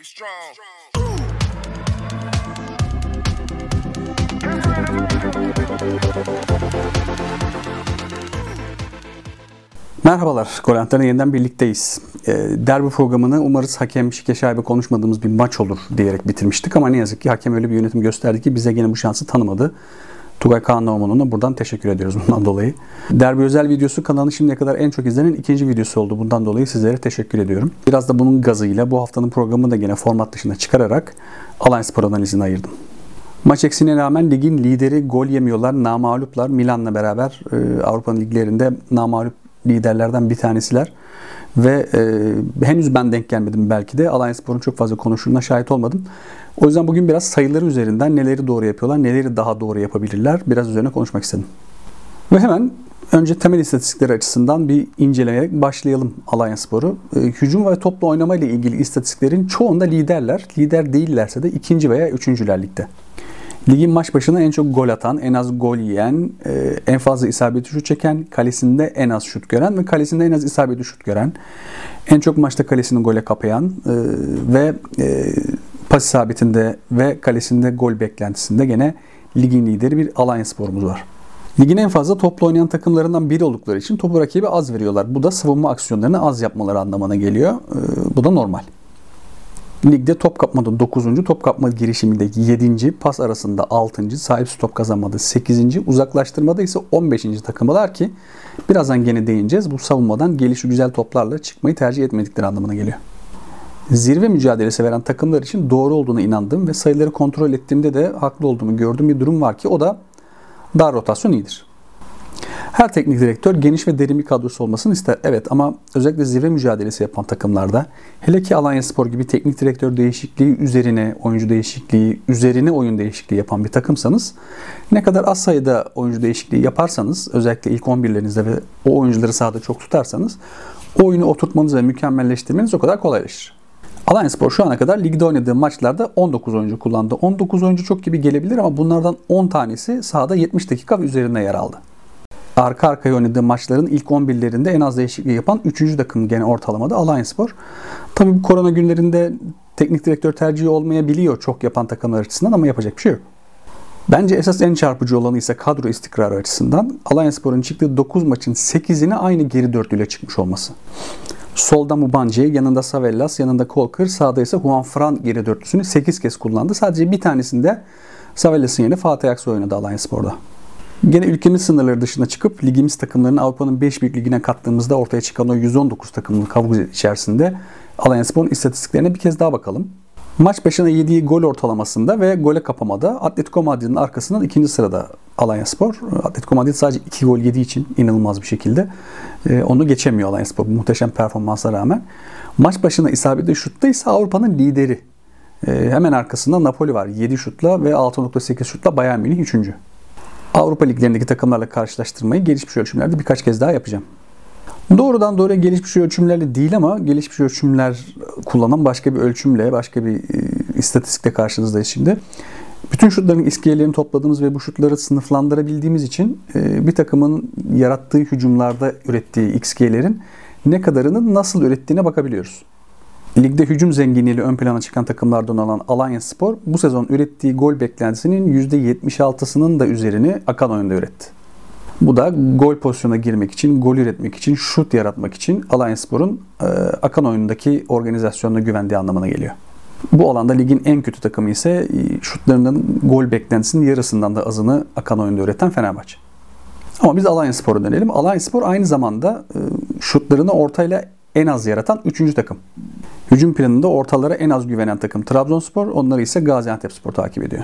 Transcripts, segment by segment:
Merhabalar, Gol Anten'le yeniden birlikteyiz. Derbi programını umarız hakem şike şaibe konuşmadığımız bir maç olur diyerek bitirmiştik ama ne yazık ki hakem öyle bir yönetim gösterdi ki bize gene bu şansı tanımadı. Tugay Kağanoğlu'na buradan teşekkür ediyoruz bundan dolayı. Derbi özel videosu kanalın şimdiye kadar en çok izlenen ikinci videosu oldu. Bundan dolayı sizlere teşekkür ediyorum. Biraz da bunun gazıyla bu haftanın programını da gene format dışına çıkararak Alanyaspor analizine ayırdım. Maç eksiğine rağmen ligin lideri gol yemiyorlar, namağluplar. Milan'la beraber Avrupa'nın liglerinde namağlup liderlerden bir tanesiler. Ve henüz ben denk gelmedim belki de. Alanyaspor'un çok fazla konuşulduğuna şahit olmadım. O yüzden bugün biraz sayıları üzerinden neleri doğru yapıyorlar, neleri daha doğru yapabilirler biraz üzerine konuşmak istedim. Ve hemen önce temel istatistikleri açısından bir incelemeye başlayalım Alanyaspor'u. Hücum ve topla oynama ile ilgili istatistiklerin çoğunda liderler. Lider değillerse de ikinci veya üçüncüler ligde. Ligin maç başına en çok gol atan, en az gol yiyen, en fazla isabetli şut çeken, kalesinde en az şut gören ve kalesinde en az isabetli şut gören, en çok maçta kalesini gole kapayan ve pas isabetinde ve kalesinde gol beklentisinde gene ligin lideri bir Alanyaspor'umuz var. Ligin en fazla topla oynayan takımlarından biri oldukları için topu rakibe az veriyorlar. Bu da savunma aksiyonlarını az yapmaları anlamına geliyor. Bu da normal. Ligde top kapmada 9. top kapma girişiminde 7. pas arasında 6. sahipsiz top kazanmada 8. uzaklaştırmada ise 15. takımlar ki birazdan gene değineceğiz. Bu savunmadan gelişi güzel toplarla çıkmayı tercih etmedikleri anlamına geliyor. Zirve mücadelesi veren takımlar için doğru olduğuna inandığım ve sayıları kontrol ettiğimde de haklı olduğumu gördüğüm bir durum var ki o da dar rotasyon iyidir. Her teknik direktör geniş ve derin bir kadrosu olmasını ister. Evet ama özellikle zirve mücadelesi yapan takımlarda hele ki Alanyaspor gibi teknik direktör değişikliği üzerine oyuncu değişikliği üzerine oyun değişikliği yapan bir takımsanız ne kadar az sayıda oyuncu değişikliği yaparsanız özellikle ilk 11'lerinizde ve o oyuncuları sahada çok tutarsanız o oyunu oturtmanız ve mükemmelleştirmeniz o kadar kolaylaşır. Alanyaspor şu ana kadar ligde oynadığı maçlarda 19 oyuncu kullandı. 19 oyuncu çok gibi gelebilir ama bunlardan 10 tanesi sahada 70 dakika ve üzerinde yer aldı. Arka arkaya oynadığı maçların ilk 11'lerinde en az değişikliği yapan 3. takım gene ortalamada Alanyaspor. Tabii bu korona günlerinde teknik direktör tercihi olmayabiliyor çok yapan takımlar açısından ama yapacak bir şey yok. Bence esas en çarpıcı olanı ise kadro istikrarı açısından Alanyaspor'un çıktığı 9 maçın 8'ine aynı geri dörtlüyle çıkmış olması. Solda Mubanci, yanında Savellas, yanında Kolkır, sağda ise Juan Fran geri dörtlüsünü 8 kez kullandı. Sadece bir tanesinde Savellas'ın yerine Fatih Aksoy oynadı Alanyaspor'da. Gene ülkemiz sınırları dışına çıkıp ligimiz takımlarını Avrupa'nın 5 büyük ligine kattığımızda ortaya çıkan o 119 takımlık havuz içerisinde Alanyaspor'un istatistiklerine bir kez daha bakalım. Maç başına yediği gol ortalamasında ve gole kapamada Atletico Madrid'in arkasından 2. sırada Alanyaspor. Atletico Madrid sadece 2 gol yediği için inanılmaz bir şekilde onu geçemiyor Alanyaspor bu muhteşem performansa rağmen. Maç başına isabetli şutta ise Avrupa'nın lideri. Hemen arkasında Napoli var 7 şutla ve 6.8 şutla Bayern Münih 3. Avrupa liglerindeki takımlarla karşılaştırmayı gelişmiş ölçümlerde birkaç kez daha yapacağım. Doğrudan doğruya gelişmiş ölçümlerle değil ama gelişmiş ölçümler kullanan başka bir ölçümle, başka bir istatistikle karşınızdayız şimdi. Bütün şutların iskiyelerini topladığımız ve bu şutları sınıflandırabildiğimiz için bir takımın yarattığı hücumlarda ürettiği XG'lerin ne kadarını nasıl ürettiğine bakabiliyoruz. Ligde hücum zenginliğiyle ön plana çıkan takımlardan olan Alanyaspor bu sezon ürettiği gol beklentisinin %76'sının da üzerini akan oyunda üretti. Bu da gol pozisyona girmek için, gol üretmek için, şut yaratmak için Alanyaspor'un akan oyundaki organizasyonuna güvendiği anlamına geliyor. Bu alanda ligin en kötü takımı ise şutlarının gol beklentisinin yarısından da azını akan oyunda üreten Fenerbahçe. Ama biz Alanyaspor'a dönelim. Alanyaspor aynı zamanda şutlarını ortayla en az yaratan 3. takım. Hücum planında ortalara en az güvenen takım Trabzonspor, onları ise Gaziantepspor takip ediyor.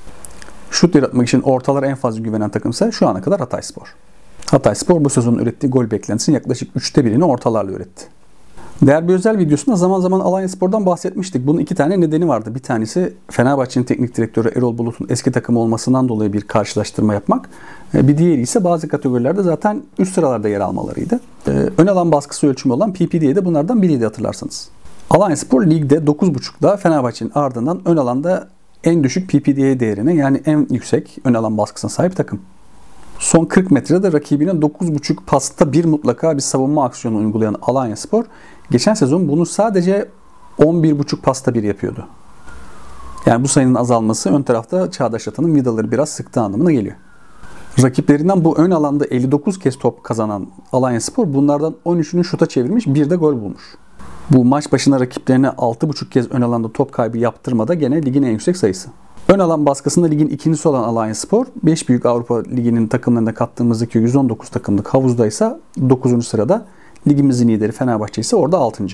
Şut yaratmak için ortalara en fazla güvenen takımsa şu ana kadar Hatayspor. Hatayspor bu sezonun ürettiği gol beklentisinin yaklaşık 1/3'ünü ortalarla üretti. Derbi özel videosunda zaman zaman Alanyaspor'dan bahsetmiştik. Bunun 2 tane nedeni vardı. Bir tanesi Fenerbahçe'nin teknik direktörü Erol Bulut'un eski takımı olmasından dolayı bir karşılaştırma yapmak. Bir diğeri ise bazı kategorilerde zaten üst sıralarda yer almalarıydı. Ön alan baskısı ölçümü olan PPD'ye de bunlardan biriydi hatırlarsanız. Alanyaspor ligde 9.5'da Fenerbahçe'nin ardından ön alanda en düşük PPDA değerine yani en yüksek ön alan baskısına sahip takım. Son 40 metrede rakibine 9.5 pasta bir mutlaka bir savunma aksiyonu uygulayan Alanyaspor geçen sezon bunu sadece 11,5 pasta bir yapıyordu. Yani bu sayının azalması ön tarafta Çağdaş Atan'ın vidaları biraz sıktığı anlamına geliyor. Rakiplerinden bu ön alanda 59 kez top kazanan Alanyaspor bunlardan 13'ünü şuta çevirmiş, bir de gol bulmuş. Bu maç başına rakiplerine 6,5 kez ön alanda top kaybı yaptırmada gene ligin en yüksek sayısı. Ön alan baskısında ligin ikincisi olan Alanyaspor, 5 büyük Avrupa Ligi'nin takımlarına kattığımızdaki 119 takımlık havuzda ise 9. sırada. Ligimizin lideri Fenerbahçe ise orada 6.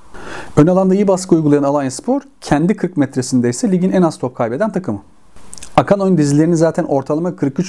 Ön alanda iyi baskı uygulayan Alanyaspor, kendi 40 metresinde ise ligin en az top kaybeden takımı. Akan oyun dizilerini zaten ortalama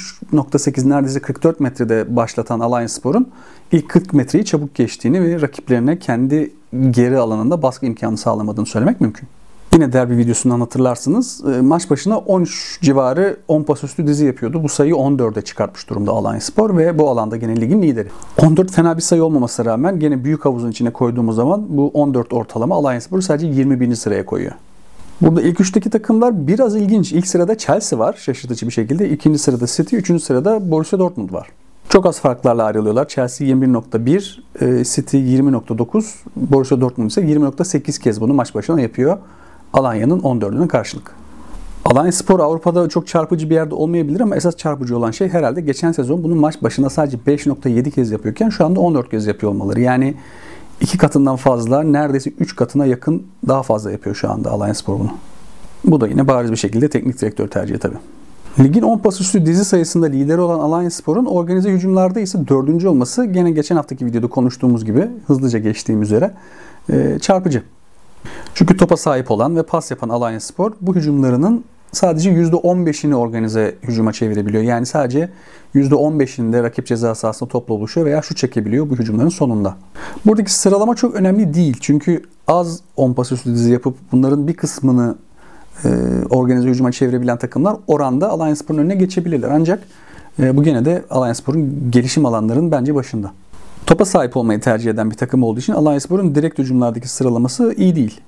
43,8 neredeyse 44 metrede başlatan Alanyaspor'un ilk 40 metreyi çabuk geçtiğini ve rakiplerine kendi geri alanında baskı imkanı sağlamadığını söylemek mümkün. Yine derbi videosundan hatırlarsınız. Maç başına 13 civarı 10 pas üstü dizi yapıyordu. Bu sayıyı 14'e çıkartmış durumda Alanyaspor ve bu alanda gene ligin lideri. 14 fena bir sayı olmamasına rağmen gene büyük havuzun içine koyduğumuz zaman bu 14 ortalama Alanyaspor'u sadece 21. sıraya koyuyor. Burada ilk üçteki takımlar biraz ilginç. İlk sırada Chelsea var şaşırtıcı bir şekilde. İkinci sırada City, üçüncü sırada Borussia Dortmund var. Çok az farklarla ayrılıyorlar. Chelsea 21,1, City 20,9, Borussia Dortmund ise 20,8 kez bunu maç başına yapıyor. Alanya'nın 14'üne karşılık. Alanyaspor Avrupa'da çok çarpıcı bir yerde olmayabilir ama esas çarpıcı olan şey herhalde geçen sezon bunu maç başına sadece 5,7 kez yapıyorken şu anda 14 kez yapıyor olmaları. Yani 2 katından fazla, neredeyse 3 katına yakın daha fazla yapıyor şu anda Alanyaspor bunu. Bu da yine bariz bir şekilde teknik direktör tercihi tabii. Ligin 10 pas üstü dizi sayısında lideri olan Alanyaspor'un organize hücumlarda ise 4. olması gene geçen haftaki videoda konuştuğumuz gibi hızlıca geçtiğim üzere çarpıcı. Çünkü topa sahip olan ve pas yapan Alanyaspor bu hücumlarının sadece %15'ini organize hücuma çevirebiliyor. Yani sadece %15'inde rakip ceza sahasında topla buluşuyor veya şut çekebiliyor bu hücumların sonunda. Buradaki sıralama çok önemli değil. Çünkü az 10 pas üstü dizi yapıp bunların bir kısmını organize hücuma çevirebilen takımlar oranda Alanyaspor'un önüne geçebilirler. Ancak bu gene de Alanyaspor'un gelişim alanlarının bence başında. Topa sahip olmayı tercih eden bir takım olduğu için Alanyaspor'un direkt hücumlardaki sıralaması iyi değil.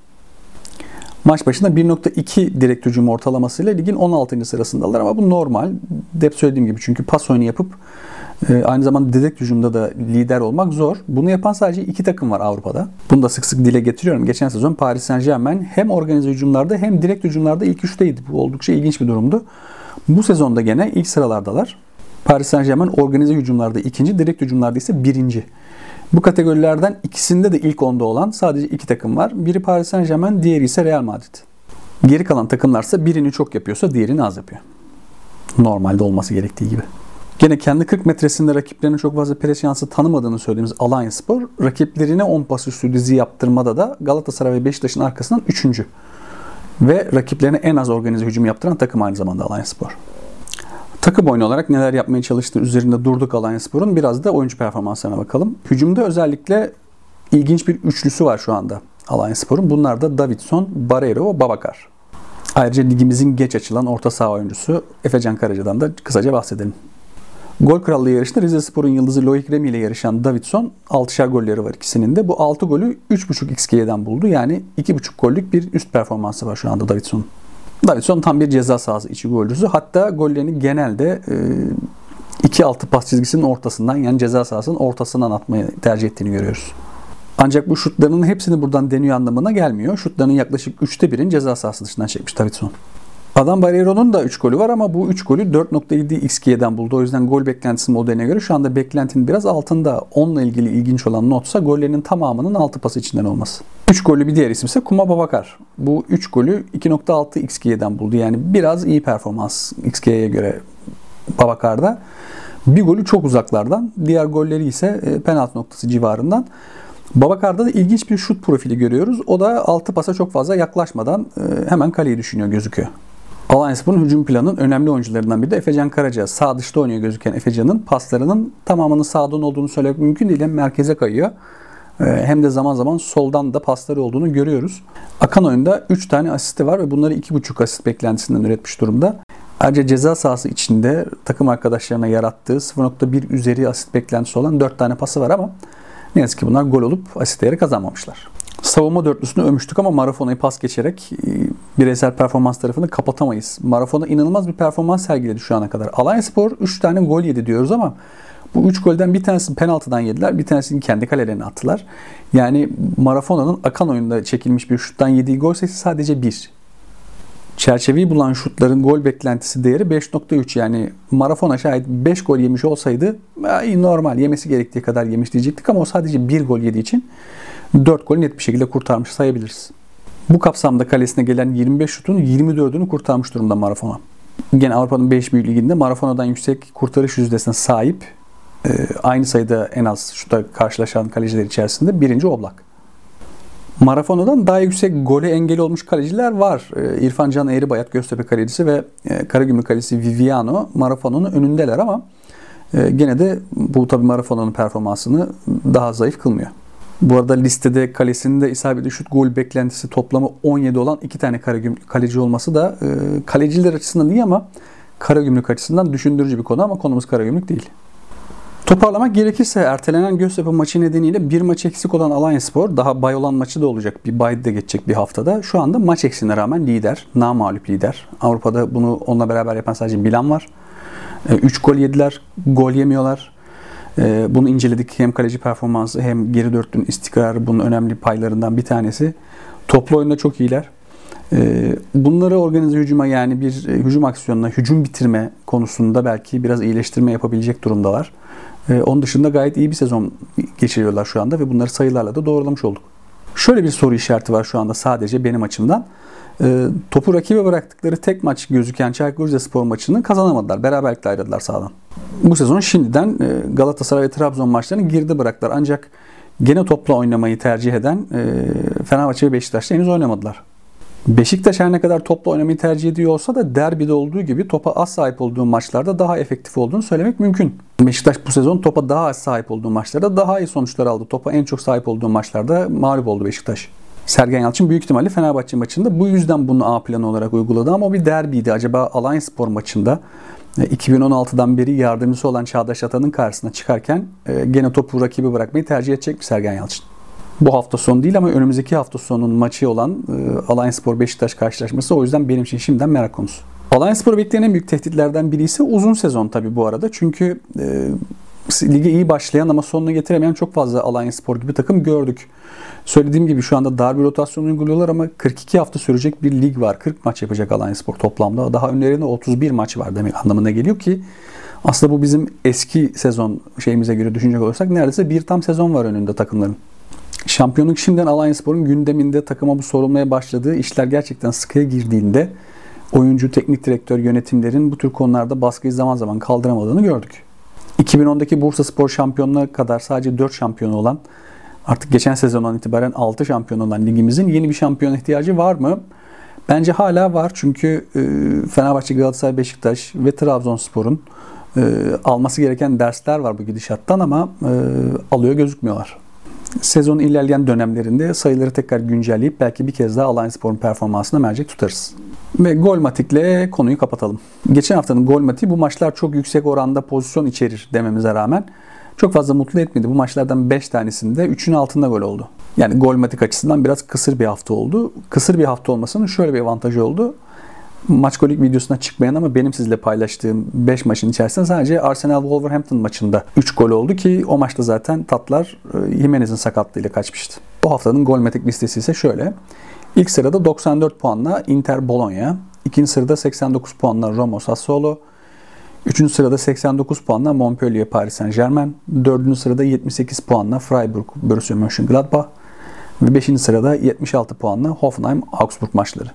Maç başında 1,2 direkt hücum ortalamasıyla ligin 16. sırasındalar ama bu normal. Hep söylediğim gibi çünkü pas oyunu yapıp aynı zamanda direkt hücumda da lider olmak zor. Bunu yapan sadece 2 takım var Avrupa'da. Bunu da sık sık dile getiriyorum. Geçen sezon Paris Saint-Germain hem organize hücumlarda hem direkt hücumlarda ilk 3'teydi. Bu oldukça ilginç bir durumdu. Bu sezonda gene ilk sıralardalar. Paris Saint-Germain organize hücumlarda 2. direkt hücumlarda ise 1. Bu kategorilerden ikisinde de ilk 10'da olan sadece 2 takım var. Biri Paris Saint-Germain, diğeri ise Real Madrid. Geri kalan takımlarsa birini çok yapıyorsa diğerini az yapıyor. Normalde olması gerektiği gibi. Gene kendi 40 metresinde rakiplerinin çok fazla pres şansı tanımadığını söylediğimiz Alanyaspor, rakiplerine 10 pas üstü dizi yaptırmada da Galatasaray ve Beşiktaş'ın arkasından 3. Ve rakiplerine en az organize hücum yaptıran takım aynı zamanda Alanyaspor. Takım oyunu olarak neler yapmaya çalıştığı üzerinde durduk Alanyaspor'un. Biraz da oyuncu performanslarına bakalım. Hücumda özellikle ilginç bir üçlüsü var şu anda Alanyaspor'un. Bunlar da Davidson, Barreiro ve Babacar. Ayrıca ligimizin geç açılan orta saha oyuncusu Efecan Karaca'dan da kısaca bahsedelim. Gol krallığı yarışında Rizespor'un yıldızı Loic Remy ile yarışan Davidson 6'şer golleri var ikisinin de. Bu 6 golü 3,5 XG'den buldu. Yani 2,5 gollük bir üst performansı var şu anda Davidson'un. Davidson tam bir ceza sahası içi golcüsü. Hatta gollerini genelde 2-6 pas çizgisinin ortasından yani ceza sahasının ortasından atmayı tercih ettiğini görüyoruz. Ancak bu şutlarının hepsini buradan deniyor anlamına gelmiyor. Şutlarının yaklaşık 1/3'ini ceza sahası dışından çekmiş Davidson. Adam Barreiro'nun da 3 golü var ama bu 3 golü 4,7 XG'den buldu. O yüzden gol beklentisi modeline göre şu anda beklentinin biraz altında. Onunla ilgili ilginç olan notsa gollerinin tamamının 6 pası içinden olması. 3 golü bir diğer isimse Kuma Babakar. Bu 3 golü 2,6 XG'den buldu. Yani biraz iyi performans XG'ye göre Babakar'da. Bir golü çok uzaklardan. Diğer golleri ise penaltı noktası civarından. Babakar'da da ilginç bir şut profili görüyoruz. O da 6 pasa çok fazla yaklaşmadan hemen kaleyi düşünüyor gözüküyor. Alanyaspor'un hücum planının önemli oyuncularından biri de Efecan Karaca. Sağ dışta oynuyor gözüken Efecan'ın paslarının tamamının sağdan olduğunu söylemek mümkün değil. Hem merkeze kayıyor hem de zaman zaman soldan da pasları olduğunu görüyoruz. Akan oyunda 3 tane asisti var ve bunları 2,5 asist beklentisinden üretmiş durumda. Ayrıca ceza sahası içinde takım arkadaşlarına yarattığı 0,1 üzeri asist beklentisi olan 4 tane pası var ama ne yazık ki bunlar gol olup asist değeri kazanmamışlar. Savunma dörtlüsünü övmüştük ama Marafona'yı pas geçerek bireysel performans tarafını kapatamayız. Marafona inanılmaz bir performans sergiledi şu ana kadar. Alanyaspor 3 tane gol yedi diyoruz ama Bu 3 golden bir tanesini penaltıdan yediler, bir tanesini kendi kalelerine attılar. Yani Marafona'nın akan oyunda çekilmiş bir şuttan yediği gol sayısı sadece 1. Çerçeveyi bulan şutların gol beklentisi değeri 5.3. Yani Marafona şayet 5 gol yemiş olsaydı normal, yemesi gerektiği kadar yemiş diyecektik ama o sadece 1 gol yediği için 4 golü net bir şekilde kurtarmış sayabiliriz. Bu kapsamda kalesine gelen 25 şutun 24'ünü kurtarmış durumda Marafona. Gene Avrupa'nın 5 büyük liginde Marafona'dan yüksek kurtarış yüzdesine sahip, aynı sayıda en az şuta karşılaşan kaleciler içerisinde birinci Oblak. Marafona'dan daha yüksek gole engel olmuş kaleciler var. İrfan Can Eğribayat, Göztepe kalecisi ve Karagümrük kalecisi Viviano Marafona'nın önündeler ama gene de bu tabii Marafona'nın performansını daha zayıf kılmıyor. Bu arada listede kalesinde isabetli şut gol beklentisi toplamı 17 olan 2 tane kaleci olması da kaleciler açısından iyi ama Karagümrük açısından düşündürücü bir konu ama konumuz Karagümrük değil. Toparlamak gerekirse ertelenen Göztepe maçı nedeniyle bir maç eksik olan Alanyaspor, daha bay olan maçı da olacak, bir bay de geçecek bir haftada. Şu anda maç eksiğine rağmen lider, namağlup lider. Avrupa'da bunu onunla beraber yapan sadece Milan var. 3 gol yediler, gol yemiyorlar. Bunu inceledik. Hem kaleci performansı hem geri dörtlüğün istikrarı bunun önemli paylarından bir tanesi. Toplu oyunda çok iyiler. Bunları organize hücuma, yani bir hücum aksiyonuna, hücum bitirme konusunda belki biraz iyileştirme yapabilecek durumdalar. Onun dışında gayet iyi bir sezon geçiriyorlar şu anda ve bunları sayılarla da doğrulamış olduk. Şöyle bir soru işareti var şu anda sadece benim açımdan. Topu rakibe bıraktıkları tek maç gözüken Çaykur Rizespor maçını kazanamadılar. Beraberlikle ayrıldılar sahadan. Bu sezon şimdiden Galatasaray ve Trabzon maçlarını geride bıraktılar. Ancak gene topla oynamayı tercih eden Fenerbahçe ve Beşiktaş'ta henüz oynamadılar. Beşiktaş her ne kadar topla oynamayı tercih ediyor olsa da derbide olduğu gibi topa az sahip olduğu maçlarda daha efektif olduğunu söylemek mümkün. Beşiktaş bu sezon topa daha az sahip olduğu maçlarda daha iyi sonuçlar aldı. Topa en çok sahip olduğu maçlarda mağlup oldu Beşiktaş. Sergen Yalçın büyük ihtimalle Fenerbahçe maçında bu yüzden bunu A planı olarak uyguladı ama o bir derbiydi. Acaba Alanyaspor maçında 2016'dan beri yardımcısı olan Çağdaş Atan'ın karşısına çıkarken gene topu rakibi bırakmayı tercih edecek mi Sergen Yalçın? Bu hafta sonu değil ama önümüzdeki hafta sonunun maçı olan Alanyaspor Beşiktaş karşılaşması, o yüzden benim için şimdiden merak konusu. Alanyaspor'u bekleyen en büyük tehditlerden biri ise uzun sezon tabii bu arada. Çünkü lige iyi başlayan ama sonuna getiremeyen çok fazla Alanyaspor gibi takım gördük. Söylediğim gibi şu anda dar bir rotasyon uyguluyorlar ama 42 hafta sürecek bir lig var. 40 maç yapacak Alanyaspor toplamda. Daha önlerinde 31 maç var demek anlamına geliyor ki aslında bu bizim eski sezon şeyimize göre düşünecek olursak neredeyse bir tam sezon var önünde takımların. Şampiyonluk şimdiden Alanyaspor'un gündeminde, takıma bu sorulmaya başladığı işler gerçekten sıkıya girdiğinde oyuncu, teknik direktör, yönetimlerin bu tür konularda baskıyı zaman zaman kaldıramadığını gördük. 2010'daki Bursaspor şampiyonluğuna kadar sadece 4 şampiyon olan, artık geçen sezondan itibaren 6 şampiyon olan ligimizin yeni bir şampiyon ihtiyacı var mı? Bence hala var çünkü Fenerbahçe, Galatasaray, Beşiktaş ve Trabzonspor'un alması gereken dersler var bu gidişattan ama alıyor gözükmüyorlar. Sezonun ilerleyen dönemlerinde sayıları tekrar güncelleyip belki bir kez daha Alanyaspor'un performansına mercek tutarız. Ve Golmatik'le konuyu kapatalım. Geçen haftanın Golmatik bu maçlar çok yüksek oranda pozisyon içerir dememize rağmen çok fazla mutlu etmedi. Bu maçlardan 5 tanesinde 3'ün altında gol oldu. Yani Golmatik açısından biraz kısır bir hafta oldu. Kısır bir hafta olmasının şöyle bir avantajı oldu. Maçkolik videosuna çıkmayan ama benim sizle paylaştığım 5 maçın içerisinde sadece Arsenal-Wolverhampton maçında 3 gol oldu ki o maçta zaten tatlar Jimenez'in sakatlığıyla kaçmıştı. Bu haftanın Golmatik listesi ise şöyle. İlk sırada 94 puanla Inter Bologna, ikinci sırada 89 puanla Roma Sassuolo, üçüncü sırada 89 puanla Montpellier Paris Saint-Germain, dördüncü sırada 78 puanla Freiburg Borussia Mönchengladbach ve 5. sırada 76 puanla Hoffenheim Augsburg maçları.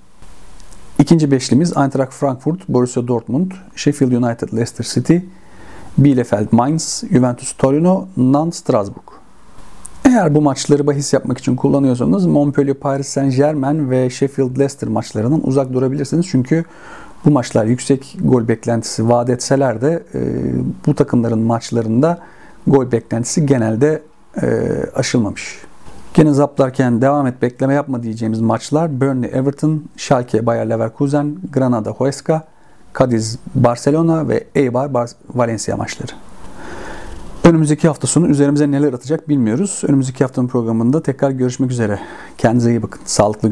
İkinci beşlimiz Eintracht Frankfurt, Borussia Dortmund, Sheffield United Leicester City, Bielefeld Mainz, Juventus Torino, Nantes Strasbourg. Eğer bu maçları bahis yapmak için kullanıyorsanız Montpellier Paris Saint-Germain ve Sheffield Leicester maçlarından uzak durabilirsiniz. Çünkü bu maçlar yüksek gol beklentisi vaat etseler de bu takımların maçlarında gol beklentisi genelde aşılmamış. Gene zaplarken devam et, bekleme yapma diyeceğimiz maçlar Burnley Everton, Schalke Bayer Leverkusen, Granada Huesca, Cadiz Barcelona ve Eibar Valencia maçları. Önümüzdeki hafta sonu üzerimize neler atacak bilmiyoruz. Önümüzdeki haftanın programında tekrar görüşmek üzere. Kendinize iyi bakın. Sağlıklı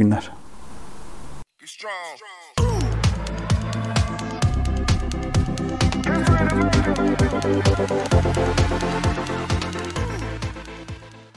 günler.